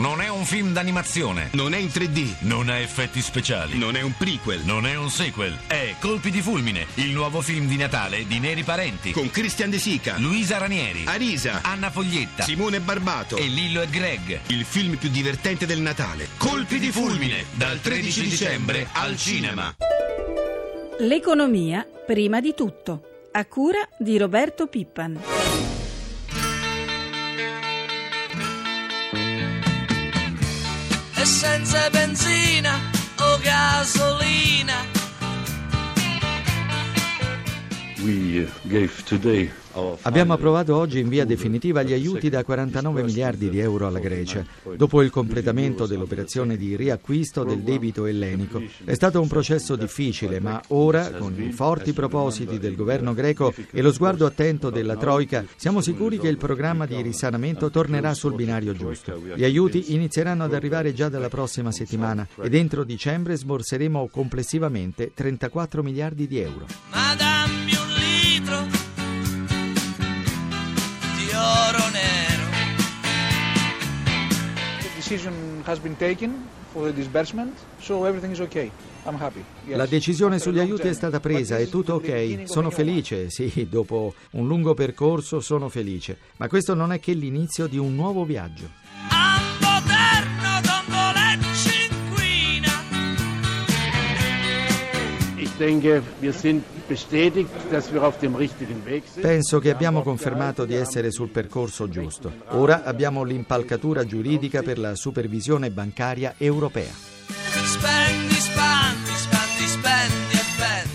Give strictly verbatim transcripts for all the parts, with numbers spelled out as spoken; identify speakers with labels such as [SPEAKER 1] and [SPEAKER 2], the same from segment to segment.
[SPEAKER 1] Non è un film d'animazione.
[SPEAKER 2] Non è in tre D.
[SPEAKER 1] Non ha effetti speciali.
[SPEAKER 2] Non è un prequel.
[SPEAKER 1] Non è un sequel. È Colpi di fulmine, il nuovo film di Natale di Neri Parenti.
[SPEAKER 2] Con Christian De Sica,
[SPEAKER 1] Luisa Ranieri,
[SPEAKER 2] Arisa,
[SPEAKER 1] Anna Foglietta,
[SPEAKER 2] Simone Barbato
[SPEAKER 1] e Lillo e Greg.
[SPEAKER 2] Il film più divertente del Natale.
[SPEAKER 1] Colpi di fulmine, dal tredici dicembre al cinema.
[SPEAKER 3] L'economia prima di tutto, a cura di Roberto Pippan.
[SPEAKER 4] E senza benzina o gasolina.
[SPEAKER 5] We gave today
[SPEAKER 6] Abbiamo approvato oggi in via definitiva gli aiuti da quarantanove miliardi di euro alla Grecia, dopo il completamento dell'operazione di riacquisto del debito ellenico. È stato un processo difficile, ma ora, con i forti propositi del governo greco e lo sguardo attento della Troika, siamo sicuri che il programma di risanamento tornerà sul binario giusto. Gli aiuti inizieranno ad arrivare già dalla prossima settimana e dentro dicembre sborseremo complessivamente trentaquattro miliardi di euro.
[SPEAKER 4] Ma dammi un litro oro nero.
[SPEAKER 7] The decision has been taken for the disbursement, so everything is okay. I'm happy. Yes.
[SPEAKER 6] La decisione sugli aiuti è stata presa, è tutto ok. Sono felice, sì, dopo un lungo percorso sono felice. Ma questo non è che l'inizio di un nuovo viaggio. Penso che abbiamo confermato di essere sul percorso giusto. Ora abbiamo l'impalcatura giuridica per la supervisione bancaria europea.
[SPEAKER 4] Spendi, spandi, spandi, spendi e vendi.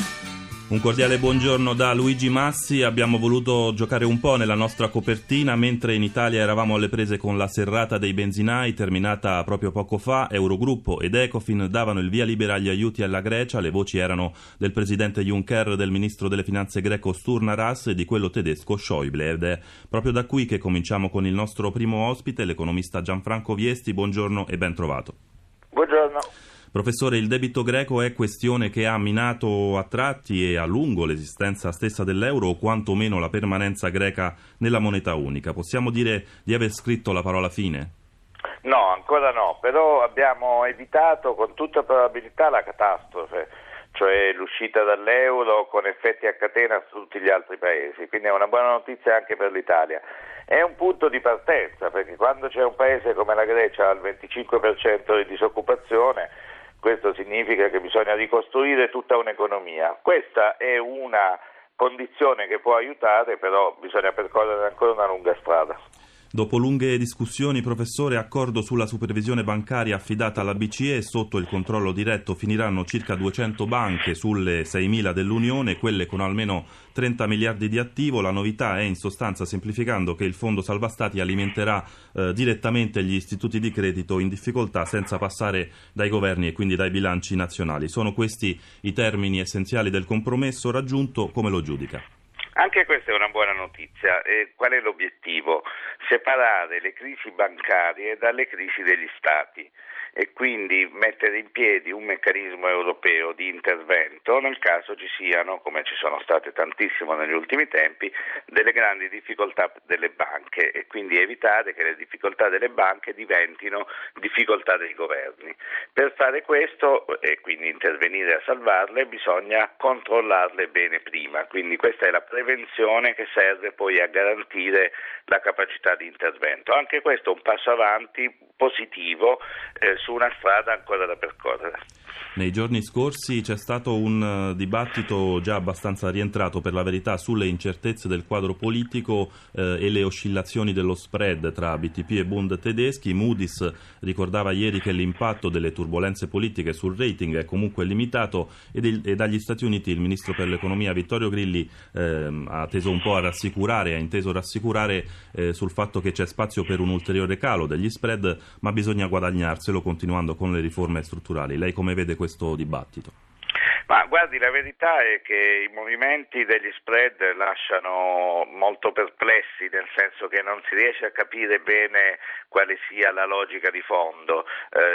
[SPEAKER 8] Un cordiale buongiorno da Luigi Massi. Abbiamo voluto giocare un po' nella nostra copertina mentre in Italia eravamo alle prese con la serrata dei benzinai terminata proprio poco fa. Eurogruppo ed Ecofin davano il via libera agli aiuti alla Grecia. Le voci erano del presidente Juncker, del ministro delle finanze greco Sturnaras e di quello tedesco Schäuble. Ed è proprio da qui che cominciamo con il nostro primo ospite, l'economista Gianfranco Viesti. Buongiorno e ben trovato.
[SPEAKER 9] Buongiorno.
[SPEAKER 8] Professore, il debito greco è questione che ha minato a tratti e a lungo l'esistenza stessa dell'euro o quantomeno la permanenza greca nella moneta unica. Possiamo dire di aver scritto la parola fine?
[SPEAKER 9] No, ancora no, però abbiamo evitato con tutta probabilità la catastrofe, cioè l'uscita dall'euro con effetti a catena su tutti gli altri paesi, quindi è una buona notizia anche per l'Italia. È un punto di partenza, perché quando c'è un paese come la Grecia al venticinque per cento di disoccupazione, questo significa che bisogna ricostruire tutta un'economia. Questa è una condizione che può aiutare, però bisogna percorrere ancora una lunga strada.
[SPEAKER 8] Dopo lunghe discussioni, professore, accordo sulla supervisione bancaria affidata alla B C E, sotto il controllo diretto finiranno circa duecento banche sulle seimila dell'Unione, quelle con almeno trenta miliardi di attivo. La novità è in sostanza, semplificando, che il Fondo Salva Stati alimenterà eh, direttamente gli istituti di credito in difficoltà senza passare dai governi e quindi dai bilanci nazionali. Sono questi i termini essenziali del compromesso raggiunto. Come lo giudica?
[SPEAKER 9] Anche questa è una buona notizia. E qual è l'obiettivo? Separare le crisi bancarie dalle crisi degli Stati e quindi mettere in piedi un meccanismo europeo di intervento nel caso ci siano, come ci sono state tantissimo negli ultimi tempi, delle grandi difficoltà delle banche e quindi evitare che le difficoltà delle banche diventino difficoltà dei governi. Per fare questo e quindi intervenire a salvarle bisogna controllarle bene prima, quindi questa è la prevenzione che serve poi a garantire la capacità di intervento. Anche questo è un passo avanti positivo eh, su una strada ancora da percorrere.
[SPEAKER 8] Nei giorni scorsi c'è stato un uh, dibattito già abbastanza rientrato, per la verità, sulle incertezze del quadro politico eh, e le oscillazioni dello spread tra B T P e Bund tedeschi. Moody's ricordava ieri che l'impatto delle turbulenze politiche sul rating è comunque limitato ed il, e dagli Stati Uniti il ministro per l'economia Vittorio Grilli eh, ha teso un po' a rassicurare, ha inteso rassicurare eh, sul fatto che c'è spazio per un ulteriore calo degli spread, ma bisogna guadagnarselo continuando con le riforme strutturali. Lei come vede questo dibattito?
[SPEAKER 9] Ma guardi, la verità è che i movimenti degli spread lasciano molto perplessi, nel senso che non si riesce a capire bene quale sia la logica di fondo. Eh,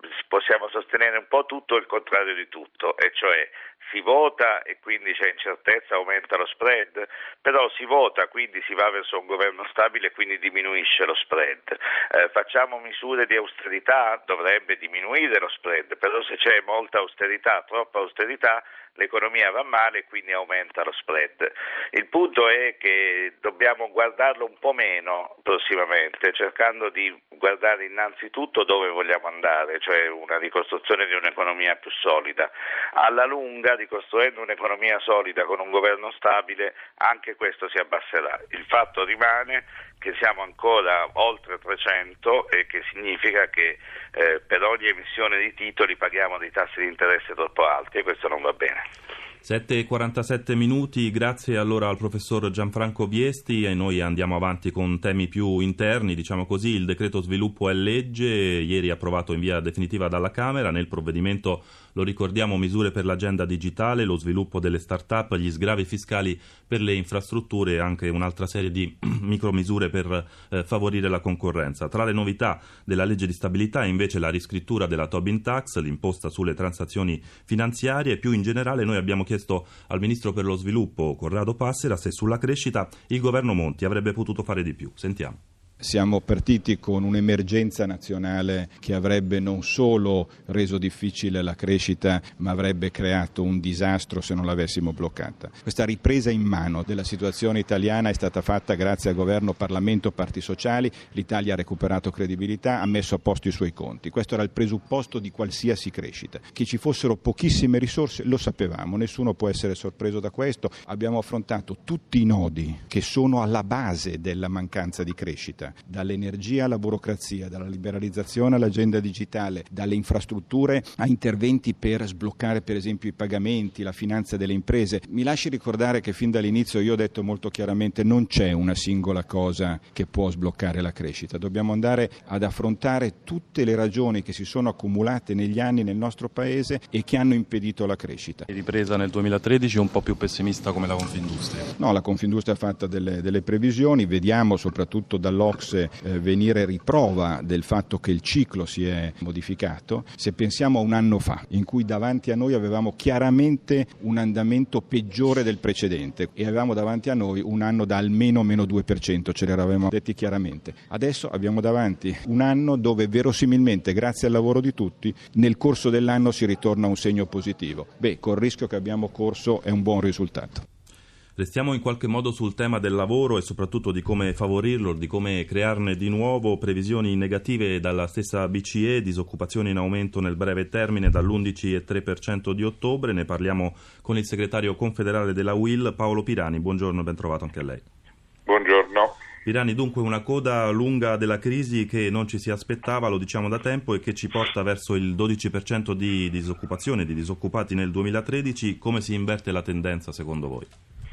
[SPEAKER 9] possiamo sostenere un po' tutto e il contrario di tutto, e cioè si vota e quindi c'è incertezza, aumenta lo spread, però si vota, quindi si va verso un governo stabile e quindi diminuisce lo spread. Eh, facciamo misure di austerità, dovrebbe diminuire lo spread, però se c'è molta austerità, troppa austerità, l'economia va male e quindi aumenta lo spread. Il punto è che dobbiamo guardarlo un po' meno prossimamente, cercando di guardare innanzitutto dove vogliamo andare, cioè una ricostruzione di un'economia più solida. Alla lunga, ricostruendo un'economia solida con un governo stabile, anche questo si abbasserà. Il fatto rimane che siamo ancora oltre trecento e che significa che eh, per ogni emissione di titoli paghiamo dei tassi di interesse troppo alti e questo non va bene.
[SPEAKER 8] sette e quarantasette minuti, grazie allora al professor Gianfranco Viesti e noi andiamo avanti con temi più interni, diciamo così. Il decreto sviluppo è legge, ieri approvato in via definitiva dalla Camera. Nel provvedimento, lo ricordiamo, misure per l'agenda digitale, lo sviluppo delle start-up, gli sgravi fiscali per le infrastrutture e anche un'altra serie di micromisure per eh, favorire la concorrenza. Tra le novità della legge di stabilità invece la riscrittura della Tobin Tax, l'imposta sulle transazioni finanziarie. Più in generale noi abbiamo chiesto al Ministro per lo Sviluppo, Corrado Passera, se sulla crescita il governo Monti avrebbe potuto fare di più. Sentiamo.
[SPEAKER 10] Siamo partiti con un'emergenza nazionale che avrebbe non solo reso difficile la crescita, ma avrebbe creato un disastro se non l'avessimo bloccata. Questa ripresa in mano della situazione italiana è stata fatta grazie al governo, Parlamento, parti sociali. L'Italia ha recuperato credibilità, ha messo a posto i suoi conti. Questo era il presupposto di qualsiasi crescita. Che ci fossero pochissime risorse lo sapevamo, nessuno può essere sorpreso da questo. Abbiamo affrontato tutti i nodi che sono alla base della mancanza di crescita. Dall'energia alla burocrazia, dalla liberalizzazione all'agenda digitale, dalle infrastrutture a interventi per sbloccare per esempio i pagamenti, la finanza delle imprese. Mi lasci ricordare che fin dall'inizio io ho detto molto chiaramente non c'è una singola cosa che può sbloccare la crescita. Dobbiamo andare ad affrontare tutte le ragioni che si sono accumulate negli anni nel nostro Paese e che hanno impedito la crescita.
[SPEAKER 11] Ripresa nel duemilatredici, un po' più pessimista come la Confindustria.
[SPEAKER 10] No, la Confindustria ha fatto delle, delle previsioni, vediamo soprattutto dall'O C S E eh, venire riprova del fatto che il ciclo si è modificato. Se pensiamo a un anno fa, in cui davanti a noi avevamo chiaramente un andamento peggiore del precedente e avevamo davanti a noi un anno da almeno meno due per cento, ce l'eravamo detti chiaramente. Adesso abbiamo davanti un anno dove verosimilmente, grazie al lavoro di tutti, nel corso dell'anno si ritorna a un segno positivo. Beh, col rischio che abbiamo corso è un buon risultato.
[SPEAKER 8] Restiamo in qualche modo sul tema del lavoro e soprattutto di come favorirlo, di come crearne di nuovo. Previsioni negative dalla stessa B C E, disoccupazione in aumento nel breve termine dall'undici virgola tre per cento di ottobre. Ne parliamo con il segretario confederale della U I L, Paolo Pirani. Buongiorno e ben trovato anche a lei.
[SPEAKER 9] Buongiorno.
[SPEAKER 8] Pirani, dunque una coda lunga della crisi che non ci si aspettava, lo diciamo da tempo, e che ci porta verso il dodici per cento di disoccupazione, di disoccupati nel duemilatredici. Come si inverte la tendenza secondo voi?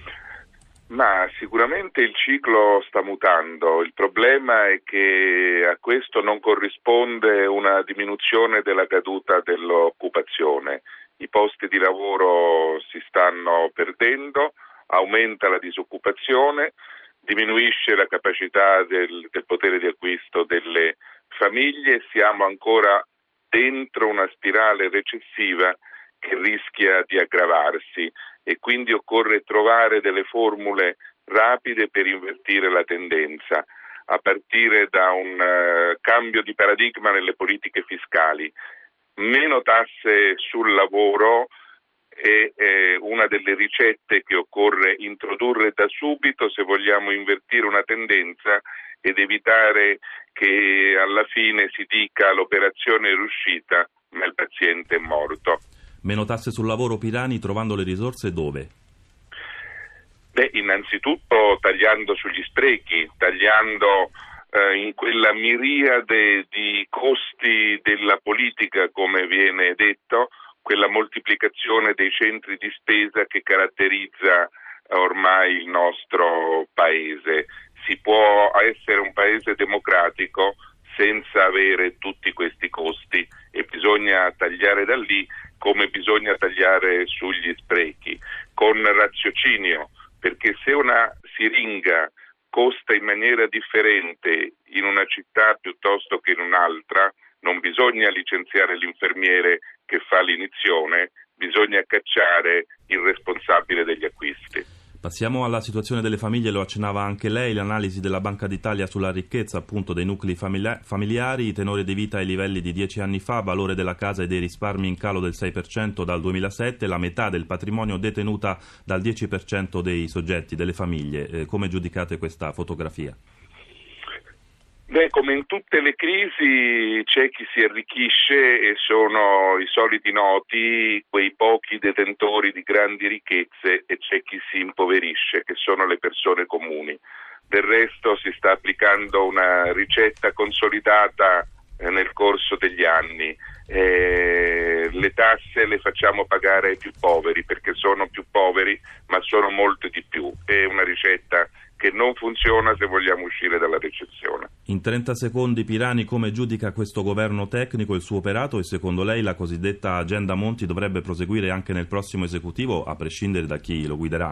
[SPEAKER 12] Ma sicuramente il ciclo sta mutando, il problema è che a questo non corrisponde una diminuzione della caduta dell'occupazione. I posti di lavoro si stanno perdendo, aumenta la disoccupazione, diminuisce la capacità del, del potere di acquisto delle famiglie, siamo ancora dentro una spirale recessiva che rischia di aggravarsi e quindi occorre trovare delle formule rapide per invertire la tendenza, a partire da un uh, cambio di paradigma nelle politiche fiscali. Meno tasse sul lavoro è eh, una delle ricette che occorre introdurre da subito se vogliamo invertire una tendenza ed evitare che alla fine si dica l'operazione è riuscita ma il paziente è morto.
[SPEAKER 8] Meno tasse sul lavoro, Pirani, trovando le risorse dove?
[SPEAKER 12] Beh, innanzitutto tagliando sugli sprechi, tagliando eh, in quella miriade di costi della politica, come viene detto, quella moltiplicazione dei centri di spesa che caratterizza ormai il nostro paese. Si può essere un paese democratico senza avere tutti questi costi e bisogna tagliare da lì come bisogna tagliare sugli sprechi, con raziocinio, perché se una siringa costa in maniera differente in una città piuttosto che in un'altra, non bisogna bisogna licenziare l'infermiere che fa l'iniezione, bisogna cacciare il responsabile degli acquisti.
[SPEAKER 8] Passiamo alla situazione delle famiglie, lo accennava anche lei, l'analisi della Banca d'Italia sulla ricchezza appunto dei nuclei familiari, tenore di vita ai livelli di dieci anni fa, valore della casa e dei risparmi in calo del sei per cento dal duemilasette, la metà del patrimonio detenuta dal dieci per cento dei soggetti, delle famiglie. Eh, come giudicate questa fotografia?
[SPEAKER 12] Beh, come in tutte le crisi c'è chi si arricchisce e sono i soliti noti, quei pochi detentori di grandi ricchezze, e c'è chi si impoverisce, che sono le persone comuni. Del resto si sta applicando una ricetta consolidata eh, nel corso degli anni. Eh, le tasse le facciamo pagare ai più poveri perché sono più poveri, ma sono molto di più. È una ricetta che non funziona se vogliamo uscire dalla recessione.
[SPEAKER 8] In trenta secondi, Pirani, come giudica questo governo tecnico il suo operato e secondo lei la cosiddetta agenda Monti dovrebbe proseguire anche nel prossimo esecutivo, a prescindere da chi lo guiderà?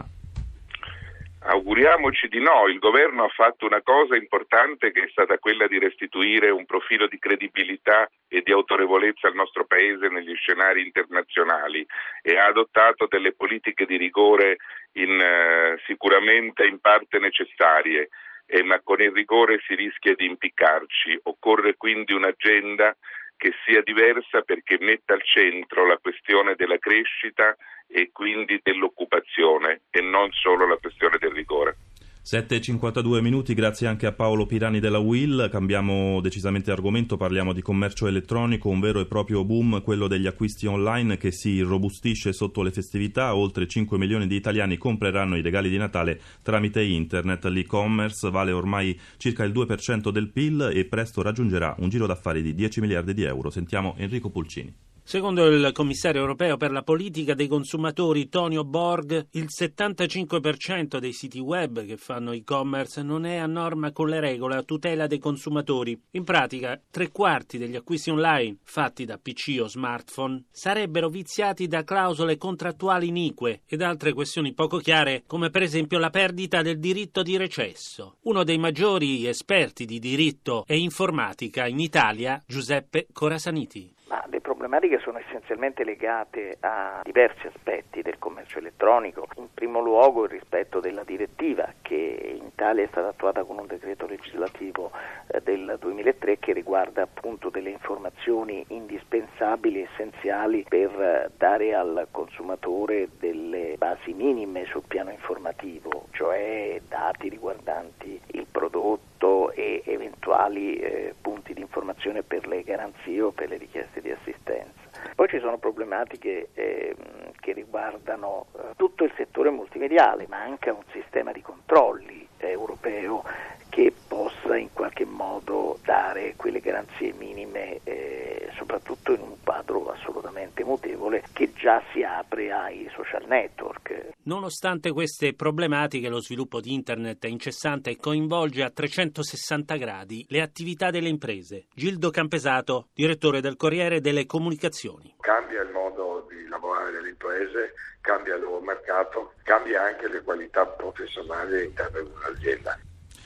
[SPEAKER 12] Auguriamoci di no. Il governo ha fatto una cosa importante che è stata quella di restituire un profilo di credibilità e di autorevolezza al nostro Paese negli scenari internazionali e ha adottato delle politiche di rigore in, eh, sicuramente in parte necessarie, eh, ma con il rigore si rischia di impiccarci. Occorre quindi un'agenda che sia diversa perché metta al centro la questione della crescita e quindi dell'occupazione e non solo la questione del rigore.
[SPEAKER 8] sette e cinquantadue minuti, grazie anche a Paolo Pirani della U I L. Cambiamo decisamente argomento, parliamo di commercio elettronico, un vero e proprio boom, quello degli acquisti online che si irrobustisce sotto le festività. Oltre cinque milioni di italiani compreranno i regali di Natale tramite internet. L'e-commerce vale ormai circa il due per cento del P I L e presto raggiungerà un giro d'affari di dieci miliardi di euro. Sentiamo Enrico Pulcini.
[SPEAKER 13] Secondo il commissario europeo per la politica dei consumatori Tonio Borg, il settantacinque per cento dei siti web che fanno e-commerce non è a norma con le regole a tutela dei consumatori. In pratica, tre quarti degli acquisti online fatti da P C o smartphone sarebbero viziati da clausole contrattuali inique ed altre questioni poco chiare, come per esempio la perdita del diritto di recesso. Uno dei maggiori esperti di diritto e informatica in Italia, Giuseppe Corasaniti.
[SPEAKER 14] Ma le problematiche sono essenzialmente legate a diversi aspetti del commercio elettronico. In primo luogo il rispetto della direttiva che in Italia è stata attuata con un decreto legislativo eh, del duemilatré che riguarda appunto delle informazioni indispensabili, essenziali per eh, dare al consumatore delle basi minime sul piano informativo, cioè dati riguardanti il prodotto e eventuali eh, punti di informazione per le garanzie o per le richieste di assistenza. Poi ci sono problematiche eh, che riguardano eh, tutto il settore multimediale, ma anche un sistema di controlli eh, europeo che possa in qualche modo dare quelle garanzie minime, eh, soprattutto in un quadro assolutamente mutevole che già si apre ai social network.
[SPEAKER 13] Nonostante queste problematiche, lo sviluppo di internet è incessante e coinvolge a trecentosessanta gradi le attività delle imprese. Gildo Campesato, direttore del Corriere delle Comunicazioni.
[SPEAKER 15] Cambia il modo di lavorare delle imprese, cambia il loro mercato, cambia anche le qualità professionali all'interno di un'azienda.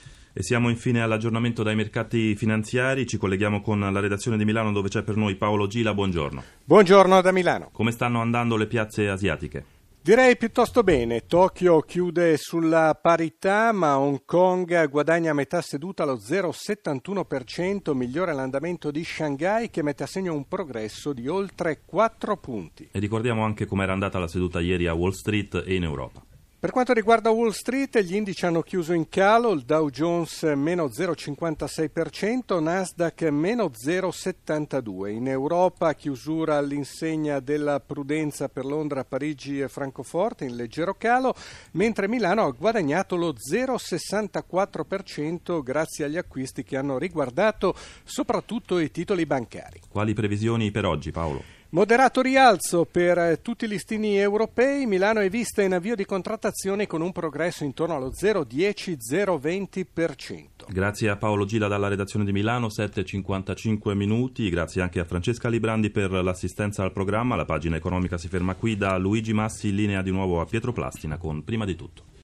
[SPEAKER 8] E siamo infine all'aggiornamento dai mercati finanziari, ci colleghiamo con la redazione di Milano dove c'è per noi Paolo Gila, buongiorno.
[SPEAKER 16] Buongiorno da Milano.
[SPEAKER 8] Come stanno andando le piazze asiatiche?
[SPEAKER 16] Direi piuttosto bene. Tokyo chiude sulla parità, ma Hong Kong guadagna a metà seduta allo zero virgola settantuno per cento, migliore l'andamento di Shanghai che mette a segno un progresso di oltre quattro punti.
[SPEAKER 8] E ricordiamo anche com'era andata la seduta ieri a Wall Street e in Europa.
[SPEAKER 16] Per quanto riguarda Wall Street, gli indici hanno chiuso in calo, il Dow Jones meno zero virgola cinquantasei per cento, Nasdaq meno zero virgola settantadue per cento. In Europa chiusura all'insegna della prudenza per Londra, Parigi e Francoforte in leggero calo, mentre Milano ha guadagnato lo zero virgola sessantaquattro per cento grazie agli acquisti che hanno riguardato soprattutto i titoli bancari.
[SPEAKER 8] Quali previsioni per oggi, Paolo?
[SPEAKER 16] Moderato rialzo per tutti i listini europei, Milano è vista in avvio di contrattazione con un progresso intorno allo zero virgola dieci zero virgola venti per cento.
[SPEAKER 8] Grazie a Paolo Gila dalla redazione di Milano, sette e cinquantacinque minuti, grazie anche a Francesca Librandi per l'assistenza al programma. La pagina economica si ferma qui, da Luigi Massi in linea di nuovo a Pietro Plastina con Prima di Tutto.